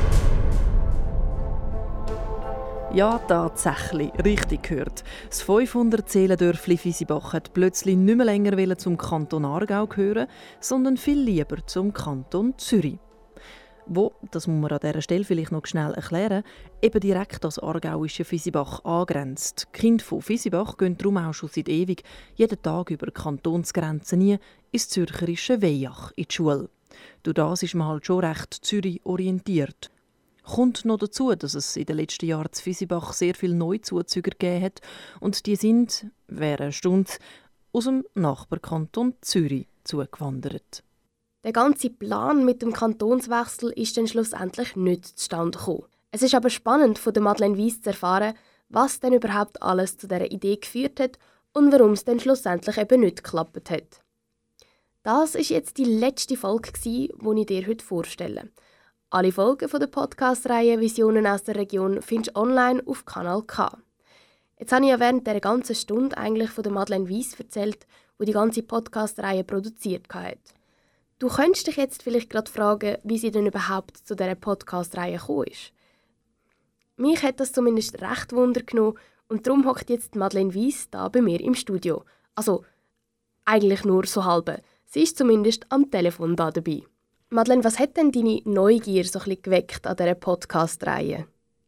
Ja, tatsächlich, richtig gehört. Das 500-Seelen-Dörfli Visibach hat plötzlich nicht mehr länger zum Kanton Aargau gehören, sondern viel lieber zum Kanton Zürich. Wo, das muss man an dieser Stelle vielleicht noch schnell erklären, eben direkt das aargauische Visibach angrenzt. Die Kinder von Visibach gehen darum auch schon seit ewig jeden Tag über die Kantonsgrenzen nie ins zürcherische Weyach in die Schule. Durch das ist man halt schon recht Zürich orientiert. Kommt noch dazu, dass es in den letzten Jahren zu Visibach sehr viele Neuzuzüger gegeben hat und die sind, wäre eine Stunde, aus dem Nachbarkanton Zürich zugewandert. Der ganze Plan mit dem Kantonswechsel ist dann schlussendlich nicht zustande gekommen. Es ist aber spannend, von der Madeleine Weiss zu erfahren, was denn überhaupt alles zu dieser Idee geführt hat und warum es dann schlussendlich eben nicht geklappt hat. Das war jetzt die letzte Folge, die ich dir heute vorstelle. Alle Folgen von der Podcast-Reihe «Visionen aus der Region» findest du online auf Kanal K. Jetzt habe ich ja während dieser ganzen Stunde eigentlich von der Madeleine Weiss erzählt, die die ganze Podcast-Reihe produziert hat. Du könntest dich jetzt vielleicht gerade fragen, wie sie denn überhaupt zu dieser Podcast-Reihe gekommen ist. Mich hat das zumindest recht Wunder genommen und darum hockt jetzt Madeleine Weiss da bei mir im Studio. Also, eigentlich nur so halbe. Sie ist zumindest am Telefon da dabei. Madeleine, was hat denn deine Neugier so ein bisschen geweckt an dieser Podcast-Reihe?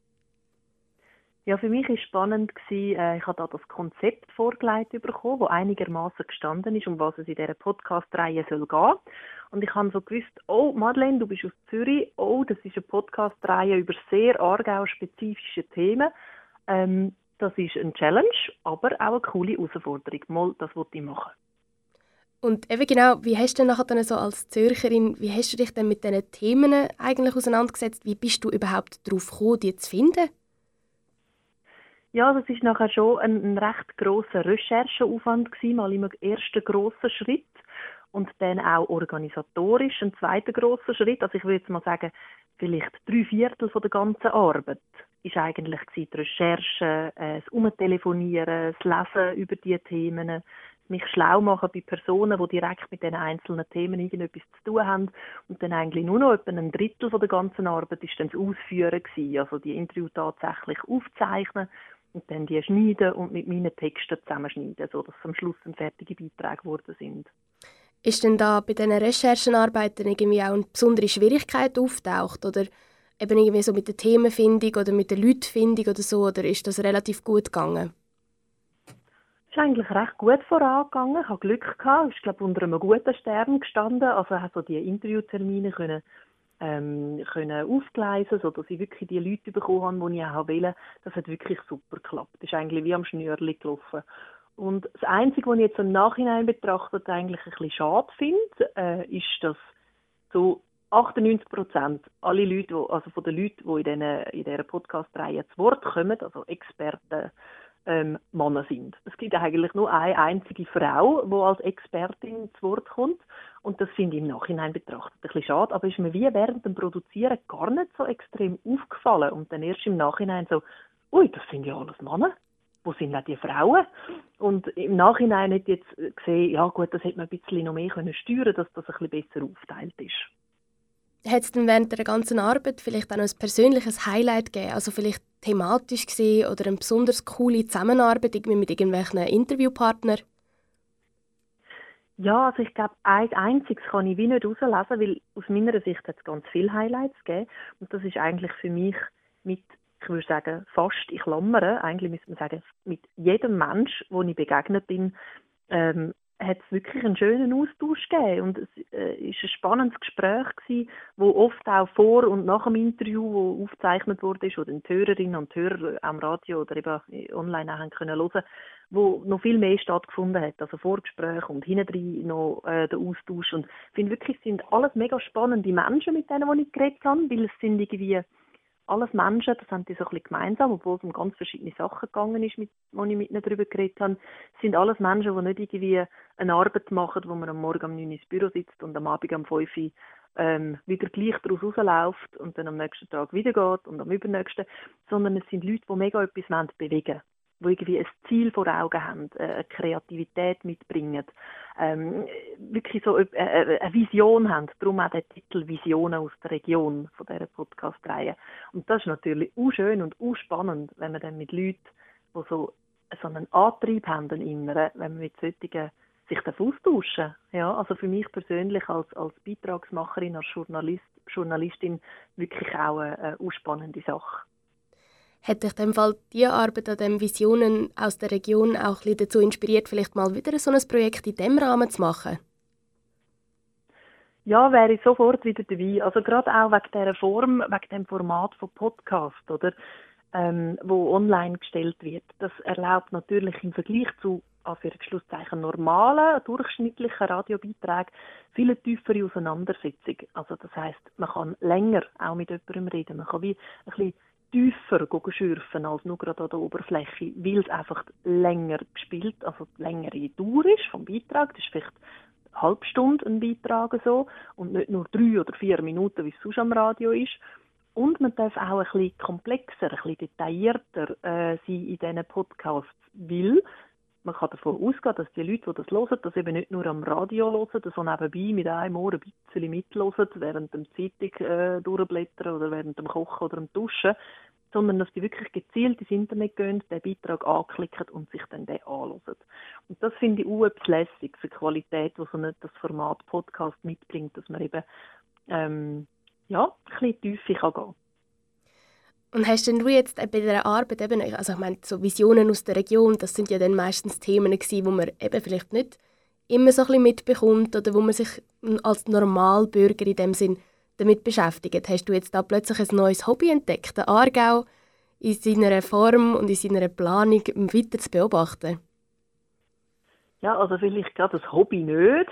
Ja, für mich war es spannend, ich habe da das Konzept vorgelegt bekommen, das einigermaßen gestanden ist, um was es in dieser Podcast-Reihe soll gehen. Und ich habe so gewusst, oh Madeleine, du bist aus Zürich, oh, das ist eine Podcast-Reihe über sehr aargau-spezifische Themen. Das ist eine Challenge, aber auch eine coole Herausforderung. Mal, das wollte ich machen. Und eben genau, wie hast du denn nachher dann so als Zürcherin, wie hast du dich denn mit diesen Themen eigentlich auseinandergesetzt? Wie bist du überhaupt darauf gekommen, die zu finden? Ja, das ist nachher schon ein recht grosser Rechercheaufwand gewesen, mal im ersten grossen Schritt und dann auch organisatorisch ein zweiter grosser Schritt. Also ich würde jetzt mal sagen, vielleicht 3/4 von der ganzen Arbeit ist eigentlich die Recherche, das Umtelefonieren, das Lesen über diese Themen, mich schlau machen bei Personen, die direkt mit diesen einzelnen Themen irgendetwas zu tun haben. Und dann eigentlich nur noch etwa 1/3 von der ganzen Arbeit ist dann das Ausführen gewesen. Also die Interview tatsächlich aufzeichnen und dann die schneiden und mit meinen Texten zusammenschneiden, sodass am Schluss fertige Beiträge geworden sind. Ist denn da bei diesen Recherchenarbeiten irgendwie auch eine besondere Schwierigkeit auftaucht? Oder eben irgendwie so mit der Themenfindung oder mit der Leutefindung oder so? Oder ist das relativ gut gegangen? Es ist eigentlich recht gut vorangegangen. Ich hatte Glück gehabt. Ich glaube, unter einem guten Stern gestanden. Also habe so die Interviewtermine können aufgleisen, sodass ich wirklich die Leute bekommen habe, die ich auch wollte. Das hat wirklich super geklappt. Das ist eigentlich wie am Schnürli gelaufen. Und das Einzige, was ich jetzt im Nachhinein betrachtet eigentlich ein bisschen schade finde, ist, dass so 98% alle Leute, also von den Leuten, die in dieser Podcast-Reihe zu Wort kommen, also Experten, Männer sind. Es gibt eigentlich nur eine einzige Frau, die als Expertin zu Wort kommt. Und das finde ich im Nachhinein betrachtet ein bisschen schade. Aber ist mir wie während dem Produzieren gar nicht so extrem aufgefallen. Und dann erst im Nachhinein so, ui, das sind ja alles Männer. Wo sind denn die Frauen? Und im Nachhinein hätte ich jetzt gesehen, ja gut, das hätte man ein bisschen noch mehr steuern können, dass das ein bisschen besser aufgeteilt ist. Hat es denn während der ganzen Arbeit vielleicht auch noch ein persönliches Highlight gegeben? Also vielleicht thematisch gesehen oder eine besonders coole Zusammenarbeit irgendwie mit irgendwelchen Interviewpartnern? Ja, also ich glaube, ein einziges kann ich wie nicht herauslesen, weil aus meiner Sicht hat es ganz viele Highlights gegeben. Und das ist eigentlich für mich mit, ich würde sagen, fast in Klammern, eigentlich müsste man sagen, mit jedem Mensch, wo ich begegnet bin, hat es wirklich einen schönen Austausch gegeben. Und es war ein spannendes Gespräch gewesen, wo oft auch vor und nach dem Interview, das aufgezeichnet wurde, wo dann die Hörerinnen und Hörer am Radio oder eben online auch hören können, wo noch viel mehr stattgefunden hat. Also Vorgespräche und hintendrein noch der Austausch. Und ich finde wirklich, es sind alles mega spannende Menschen, mit denen ich geredet habe, weil es sind irgendwie alles Menschen, das haben die so ein bisschen gemeinsam, obwohl es um ganz verschiedene Sachen gegangen ist, wo ich mit ihnen darüber geredet habe. Es sind alles Menschen, die nicht irgendwie eine Arbeit machen, wo man am Morgen um 9 Uhr ins Büro sitzt und am Abend um 5 Uhr wieder gleich daraus rausläuft und dann am nächsten Tag wieder geht und am übernächsten, sondern es sind Leute, die mega etwas bewegen wollen, die irgendwie ein Ziel vor Augen haben, eine Kreativität mitbringen, wirklich so eine Vision haben. Darum auch der Titel «Visionen aus der Region» von dieser Podcast-Reihe. Und das ist natürlich auch schön und auch spannend, wenn man dann mit Leuten, die so einen Antrieb haben, einen inneren, wenn man mit solchen sich austauschen. Ja, also für mich persönlich als Beitragsmacherin, als Journalistin wirklich auch eine spannende Sache. Hat dich in dem Fall die Arbeit an den Visionen aus der Region auch ein bisschen dazu inspiriert, vielleicht mal wieder so ein Projekt in diesem Rahmen zu machen? Ja, wäre ich sofort wieder dabei. Also gerade auch wegen dieser Form, wegen dem Format von Podcast, oder, wo online gestellt wird. Das erlaubt natürlich im Vergleich zu Anführungszeichen normalen, durchschnittlichen Radiobeiträgen viel tiefere Auseinandersetzung. Also das heisst, man kann länger auch mit jemandem reden. Man kann wie ein bisschen tiefer schürfen als nur gerade an der Oberfläche, weil es einfach länger gespielt, also die längere Dauer ist vom Beitrag. Das ist vielleicht halbe Stunde einen Beitrag so und nicht nur 3 oder 4 Minuten, wie es sonst am Radio ist. Und man darf auch ein bisschen komplexer, ein bisschen detaillierter sein in diesen Podcasts, weil man kann davon ausgehen, dass die Leute, die das hören, das eben nicht nur am Radio hören, so nebenbei mit einem Ohr ein bisschen mithören, während dem Zeitung durchblättern oder während dem Kochen oder dem Duschen, sondern dass die wirklich gezielt ins Internet gehen, den Beitrag anklicken und sich dann den anhören. Und das finde ich auch etwas lässig für die Qualität, die so das Format Podcast mitbringt, dass man eben ein bisschen tiefer gehen kann. Und hast denn du jetzt bei dieser Arbeit eben, also ich meine, so Visionen aus der Region, das sind ja dann meistens Themen gewesen, wo man eben vielleicht nicht immer so ein bisschen mitbekommt oder wo man sich als Normalbürger in dem Sinn damit beschäftigt. Hast du jetzt da plötzlich ein neues Hobby entdeckt, den Aargau in seiner Form und in seiner Planung weiter zu beobachten? Ja, also vielleicht gerade das Hobby nicht,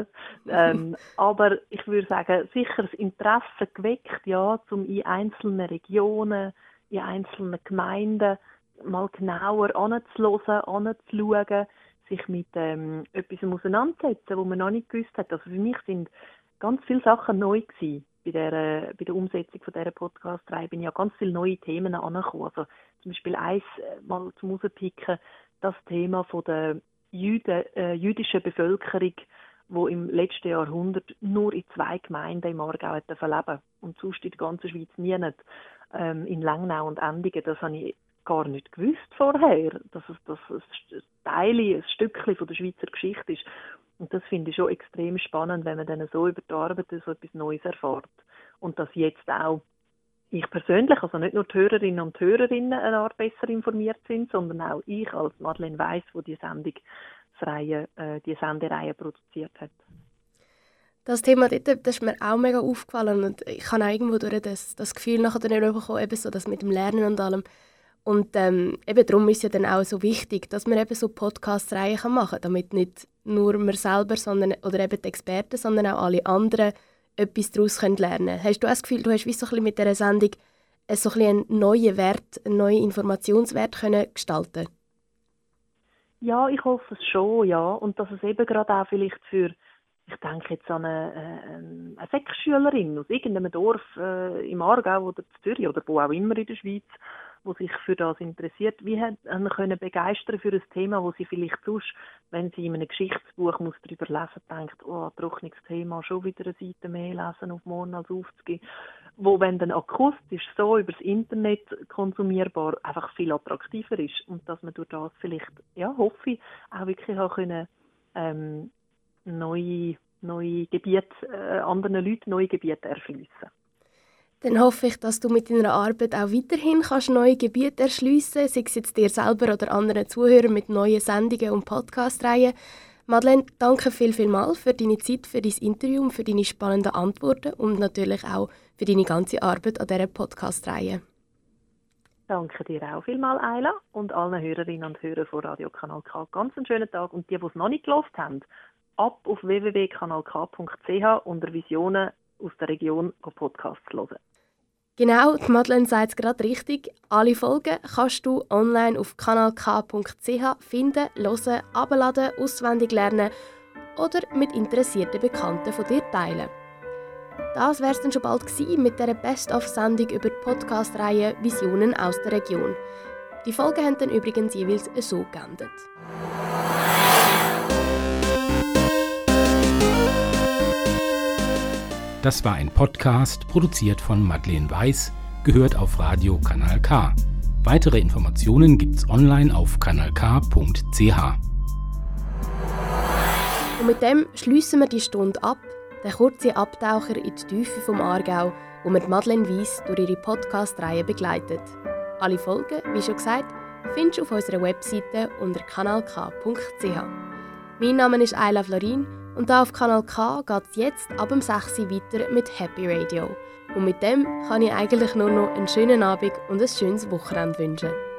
aber ich würde sagen, sicher das Interesse geweckt, ja, um in einzelnen Regionen, in einzelnen Gemeinden mal genauer anzuhören, anzuschauen, sich mit etwas auseinandersetzen, wo man noch nicht gewusst hat. Also für mich sind ganz viele Sachen neu gewesen. Bei der Umsetzung von dieser Podcast-Reihe bin ich ja ganz viele neue Themen angekommen. Also zum Beispiel eins mal zum Rauspicken, das Thema von der jüdischen Bevölkerung, die im letzten Jahrhundert nur in 2 Gemeinden im Aargau leben und sonst in der ganzen Schweiz nie nicht. In Lengnau und Endingen, das habe ich gar nicht gewusst vorher, dass es ein Stückchen von der Schweizer Geschichte ist. Und das finde ich schon extrem spannend, wenn man dann so über die Arbeit so etwas Neues erfährt. Und dass jetzt auch ich persönlich, also nicht nur die Hörerinnen und Hörerinnen eine Art besser informiert sind, sondern auch ich als Madeleine Weiss, die die Sendereihe produziert hat. Das Thema dort, das ist mir auch mega aufgefallen und ich habe auch irgendwo durch das Gefühl nachher dann bekommen, eben so das mit dem Lernen und allem. Und eben darum ist es ja dann auch so wichtig, dass man eben so Podcast-Reihen machen kann, damit nicht nur man selber, sondern, oder eben die Experten, sondern auch alle anderen etwas daraus lernen können. Hast du auch das Gefühl, du hast wie so ein bisschen mit dieser Sendung so ein bisschen einen neuen Wert, einen neuen Informationswert können gestalten? Ja, ich hoffe es schon, ja. Und dass es eben gerade auch vielleicht für, ich denke jetzt an eine Sek-Schülerin aus irgendeinem Dorf im Aargau oder in Zürich oder wo auch immer in der Schweiz, die sich für das interessiert, wie können begeistern für ein Thema, wo sie vielleicht sonst, wenn sie in einem Geschichtsbuch muss darüber lesen, denkt, oh, trockenes Thema, schon wieder eine Seite mehr lesen auf morgen als aufzugehen. Wo, wenn dann akustisch so über das Internet konsumierbar einfach viel attraktiver ist und dass man durch das vielleicht, ja, hoffe ich, auch wirklich auch können, neue Gebiete, anderen Leuten neue Gebiete erschliessen. Dann hoffe ich, dass du mit deiner Arbeit auch weiterhin neue Gebiete erschliessen kannst, sei es jetzt dir selber oder anderen Zuhörern mit neuen Sendungen und Podcast-Reihen. Madeleine, danke vielmals für deine Zeit, für dein Interview und für deine spannenden Antworten und natürlich auch für deine ganze Arbeit an dieser Podcast-Reihe. Danke dir auch vielmals, Ayla, und allen Hörerinnen und Hörern von Radio Kanal K. Ganz einen schönen Tag und die es noch nicht gehört haben, ab auf www.kanalk.ch unter Visionen aus der Region Podcasts hören. Genau, die Madeleine sagt es gerade richtig. Alle Folgen kannst du online auf kanalk.ch finden, hören, abladen, auswendig lernen oder mit interessierten Bekannten von dir teilen. Das wäre es dann schon bald gewesen mit dieser Best-of-Sendung über die Podcast-Reihe Visionen aus der Region. Die Folgen haben dann übrigens jeweils so geendet. Das war ein Podcast, produziert von Madeleine Weiss, gehört auf Radio Kanal K. Weitere Informationen gibt's online auf kanalk.ch. Und mit dem schliessen wir die Stunde ab, der kurze Abtaucher in die Tiefe vom Aargau, wo wir Madeleine Weiss durch ihre Podcast-Reihe begleitet. Alle Folgen, wie schon gesagt, findest du auf unserer Webseite unter kanalk.ch. Mein Name ist Ayla Florin und hier auf Kanal K geht es jetzt ab 6 Uhr weiter mit Happy Radio. Und mit dem kann ich eigentlich nur noch einen schönen Abend und ein schönes Wochenende wünschen.